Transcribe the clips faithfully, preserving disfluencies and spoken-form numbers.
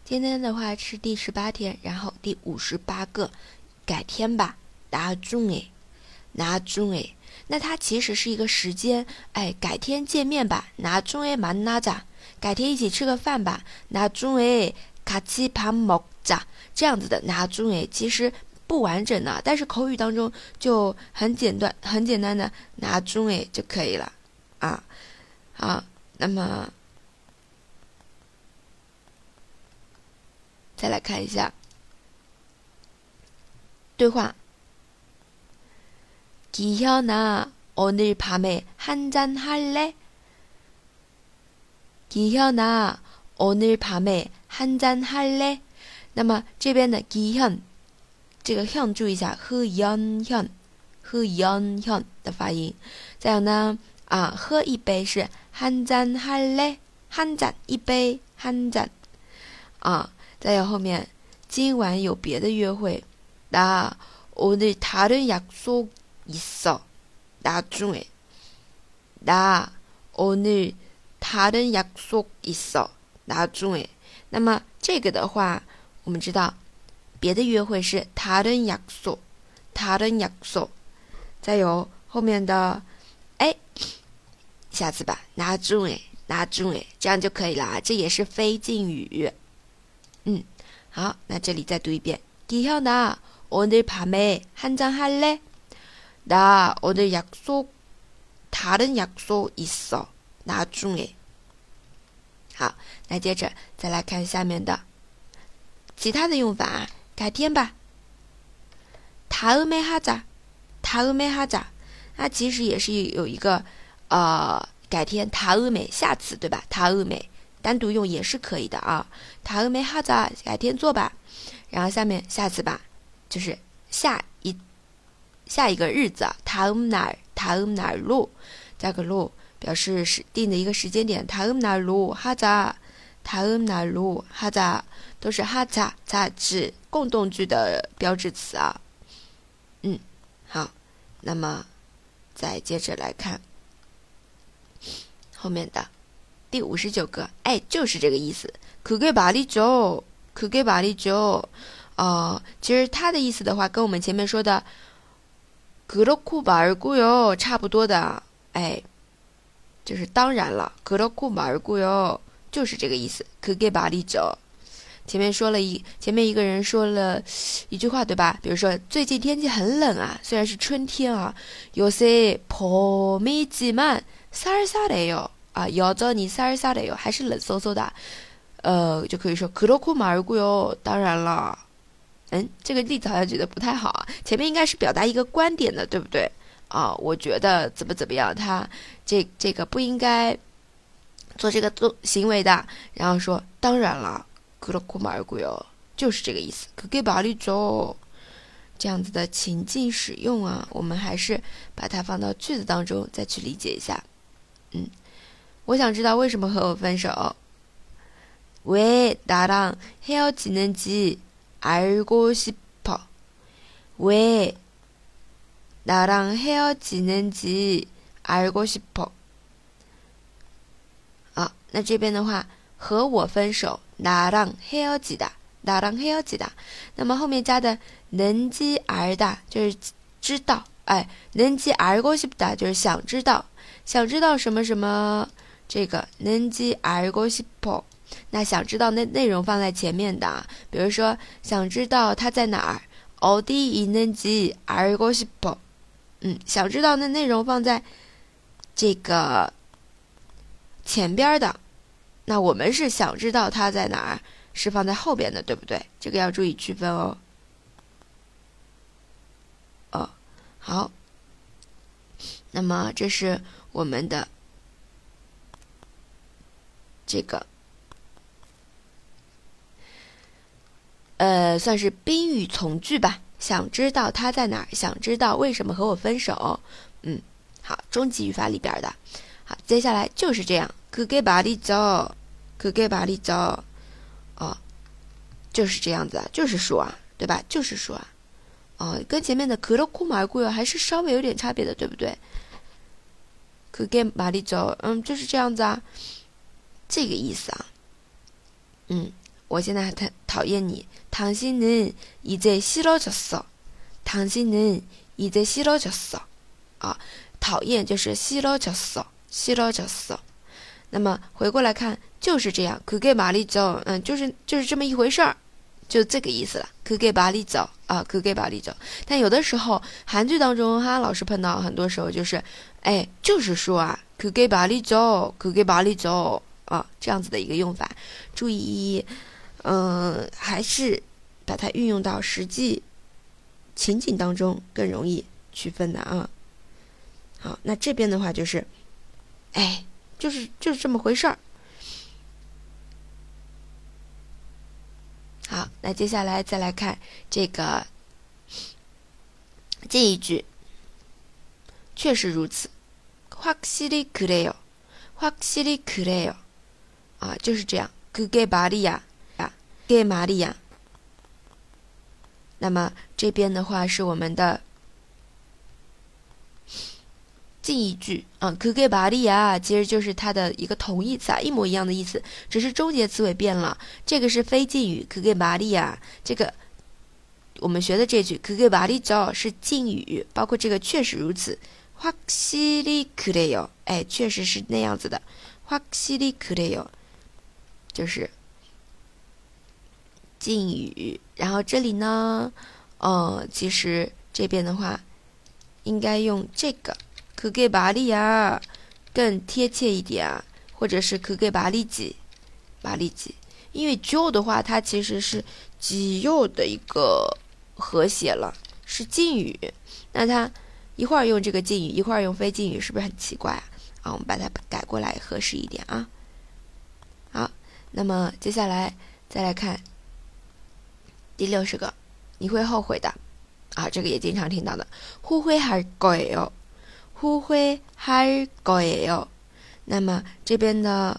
今天的话是第十八天，然后第五十八个，改天吧，나중에，나중에，那它其实是一个时间，哎，改天见面吧，나중에 만나자，改天一起吃个饭吧，나중에 같이 밥 먹자，这样子的나중에其实不完整的，但是口语当中就很简单，很简单的나중에就可以了啊。好，那么再来看一下对话。기현아, 오늘 밤에 한잔 할래? 기현아, 오늘 밤에 한잔 할래? 那么这边的 기현 这个 현 注意一下 흐연 현 흐연 현的发音。再有呢啊，喝一杯是 한잔 할래? 한 잔一杯 한 잔啊。再有后面今晚有别的约会，나 오늘 다른 약속 있어. 나중에. 나 오늘 다른 약속 있어. 나중에. 那么这个的话，我们知道别的约会是다른 약속, 다른 약속. 再有后面的哎，下次吧，나중에, 나중에. 这样就可以了，这也是非敬语。嗯，好，那这里再读一遍。기현아, 오늘 밤에 한잔 할래? 나 오늘 약속, 다른 약속 있어. 나중에. 好，那接着再来看下面的其他的用法，改天吧。다음에 하자, 다음에 하자. 它其实也是有一个呃改天，다음에下次对吧？다음에单独用也是可以的啊。다음에 하자改天做吧，然后下面下次吧，就是下一。下一个日子啊 다음 날, 다음 날로 加个로表示是定的一个时间点 다음 날로 하자, 다음 날로 하자 都是하자, 자指共动句的标志词啊。嗯，好，那么再接着来看后面的第五十九个，哎，就是这个意思。그게 말이죠, 그게 말이죠。哦，其实它的意思的话，跟我们前面说的그렇고 말고요差不多的，哎，就是当然了，그렇고 말고요就是这个意思。그게 말이죠。前面说了一，前面一个人说了一句话，对吧？比如说最近天气很冷啊，虽然是春天啊，요새 봄이지만 쌀쌀해요啊，여전히 쌀쌀해요，还是冷飕飕的。呃，就可以说그렇고 말고요，当然了。嗯，这个例子好像觉得不太好啊。前面应该是表达一个观点的，对不对？啊，我觉得怎么怎么样，他这这个不应该做这个做行为的。然后说，当然了，그렇고 말고요，就是这个意思。그게 말이죠，这样子的情境使用啊，我们还是把它放到句子当中再去理解一下。嗯，我想知道为什么和我分手？왜 나랑 헤어지는지 알고 싶어. 왜 나랑 헤어지는지 알고 싶어. 啊，那这边的话，和我分手，나랑 헤어지다, 나랑 헤어지다。那么后面加的는지 알다就是知道，哎，는지 알고 싶다就是想知道，想知道什么什么，这个는지 알고 싶어。那想知道那内容放在前面的，比如说想知道他在哪儿，어디 있는지 알고 싶어。嗯，想知道那内容放在这个前边的，那我们是想知道他在哪儿，是放在后边的，对不对？这个要注意区分哦。哦，好，那么这是我们的这个。呃，算是宾语从句吧。想知道他在哪儿，想知道为什么和我分手。嗯，好，中级语法里边的。好，接下来就是这样。그게 말이죠，그게 말이죠。哦，就是这样子啊，就是说啊，对吧？就是说啊，哦，跟前面的그렇고 말고요还是稍微有点差别的，对不对？그게 말이죠，嗯，就是这样子啊，这个意思啊。嗯， 我现在很讨厌你。당신은이제싫어졌어당신은이제싫어졌어啊，讨厌就是싫어졌어싫어졌어。那么回过来看，就是这样。그게말이죠，嗯，就是就是这么一回事儿，就这个意思了。그게말이죠啊，그게말이죠。但有的时候韩剧当中，哈老师碰到很多时候就是，哎，就是说啊，그게말이죠，그게말이죠啊，这样子的一个用法。注意，嗯、呃，还是把它运用到实际情景当中更容易区分的啊。好，那这边的话就是，哎，就是就是这么回事儿。好，那接下来再来看这个近义句，确实如此。확실히 그래요， 확실히 그래요， 啊，就是这样。그게 말이야， 그게 말이야。那么这边的话是我们的近义句啊，그게 말이야其实就是它的一个同义词啊，一模一样的意思，只是终结词尾变了。这个是非敬语，그게 말이야，这个我们学的这句그게 말이죠是敬语，包括这个确实如此。확실히 그래요，哎，确实是那样子的。확실히 그래요就是敬语，然后这里呢，呃，其实这边的话应该用这个。그게 말이야更贴切一点啊，或者是그게 말이지 말이지，因为就的话它其实是己右的一个和谐了，是敬语，那它一会儿用这个敬语，一会儿用非敬语，是不是很奇怪啊？啊，我们把它改过来合适一点啊。好，那么接下来再来看第六十个，你会后悔的啊，这个也经常听到的，후회할 거예요。 후회할 거예요。 那么这边的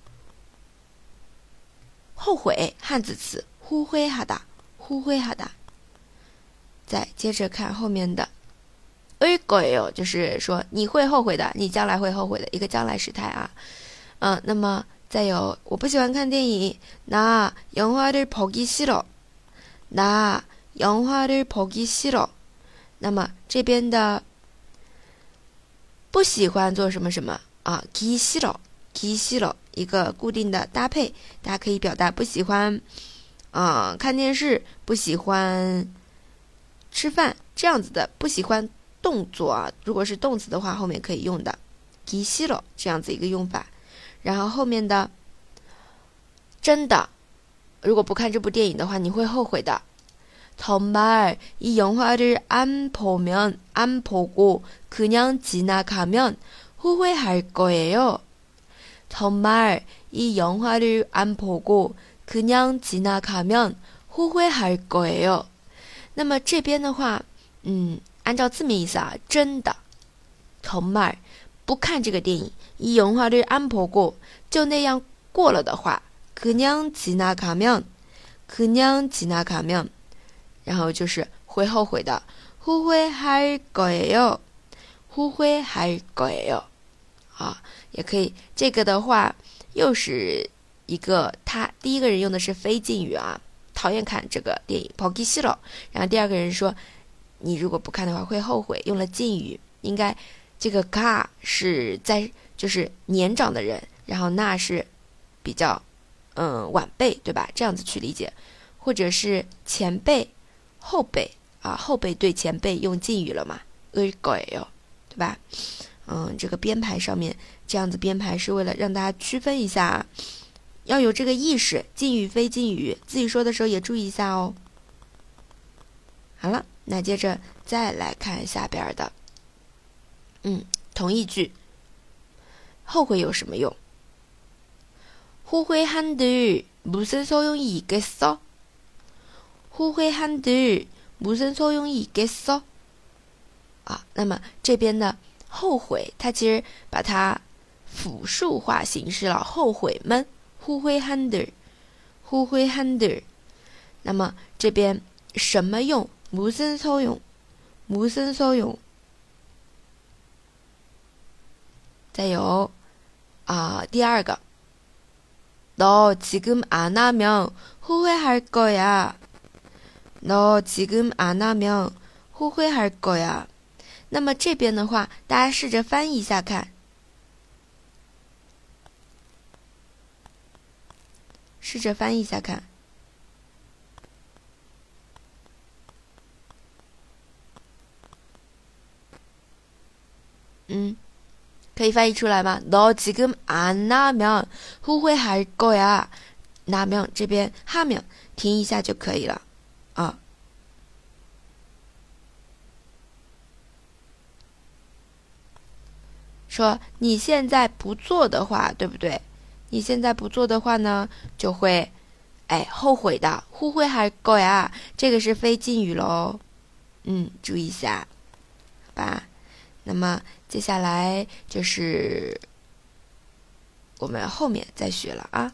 后悔汉字词후회하다 후회하다。再接着看后面的을 거예요， 就是说你会后悔的，你将来会后悔的一个将来时态啊。嗯，那么再有我不喜欢看电影，나 영화를 보기 싫어。 나 영화를 보기 싫어。 那么这边的不喜欢做什么什么啊，기싫어 기싫어一个固定的搭配，大家可以表达不喜欢，嗯，看电视，不喜欢吃饭，这样子的不喜欢动作啊，如果是动词的话，后面可以用的기싫어这样子一个用法。然后后面的真的，如果不看这部电影的话，你会后悔的。정말 이 영화를 안 보면 안 보고 그냥 지나가면 후회할 거예요. 정말 이 영화를 안 보고 그냥 지나가면 후회할 거예요. 那么这边的话，嗯，按照字面意思啊，真的，정말不看这个电影，이 영화를 안 보고就那样过了的话，그냥 지나가면 그냥 지나가면然后就是会后悔的，후회할 거예요，후회할 거예요，啊，也可以。这个的话，又是一个他第一个人用的是非敬语啊，讨厌看这个电影，보기 싫어。然后第二个人说，你如果不看的话会后悔，用了敬语，应该这个가是在就是年长的人，然后那是比较嗯晚辈，对吧？这样子去理解，或者是前辈。后辈啊，后辈对前辈用敬语了嘛？을 거예요，对吧？嗯，这个编排上面这样子编排是为了让大家区分一下，要有这个意识，敬语非敬语，自己说的时候也注意一下哦。好了，那接着再来看下边的，嗯，同义句，后悔有什么用？후회한들 무슨 소용이 있겠어？ 후회한들 무슨 소용이 있겠어？ 啊，那么这边的后悔，它其实把它复数化形式了，后悔们후회한들 후회한들。那么这边什么用？무슨 소용 무슨 소용。再有啊、呃，第二个。너 너 지금 안 하면 후회할 거야. 너 지금 안 하면 후회할 거야. 那么这边的话，大家试着翻译一下看。试着翻译一下看。嗯，可以翻译出来吗？너 지금 안 하면 후회할 거야。나면这边하면停一下就可以了啊。说你现在不做的话，对不对？你现在不做的话呢，就会哎后悔的。후회할 거야，这个是非敬语喽。嗯，注意一下，好吧？那么接下来就是我们后面再学了啊。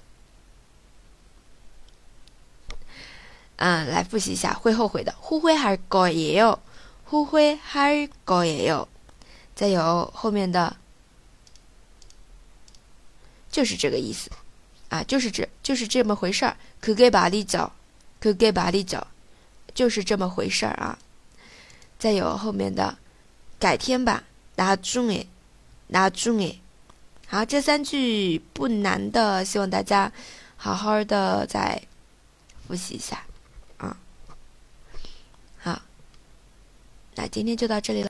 嗯，来复习一下，会后悔的。후회할 거예요，후회할 거예요。再有后面的，就是这个意思啊，就是这，就是这么回事儿。그게 말이죠，그게 말이죠，就是这么回事儿啊。再有后面的，改天吧，나중에，나중에。好，这三句不难的，希望大家好好的再复习一下啊。好，那今天就到这里了。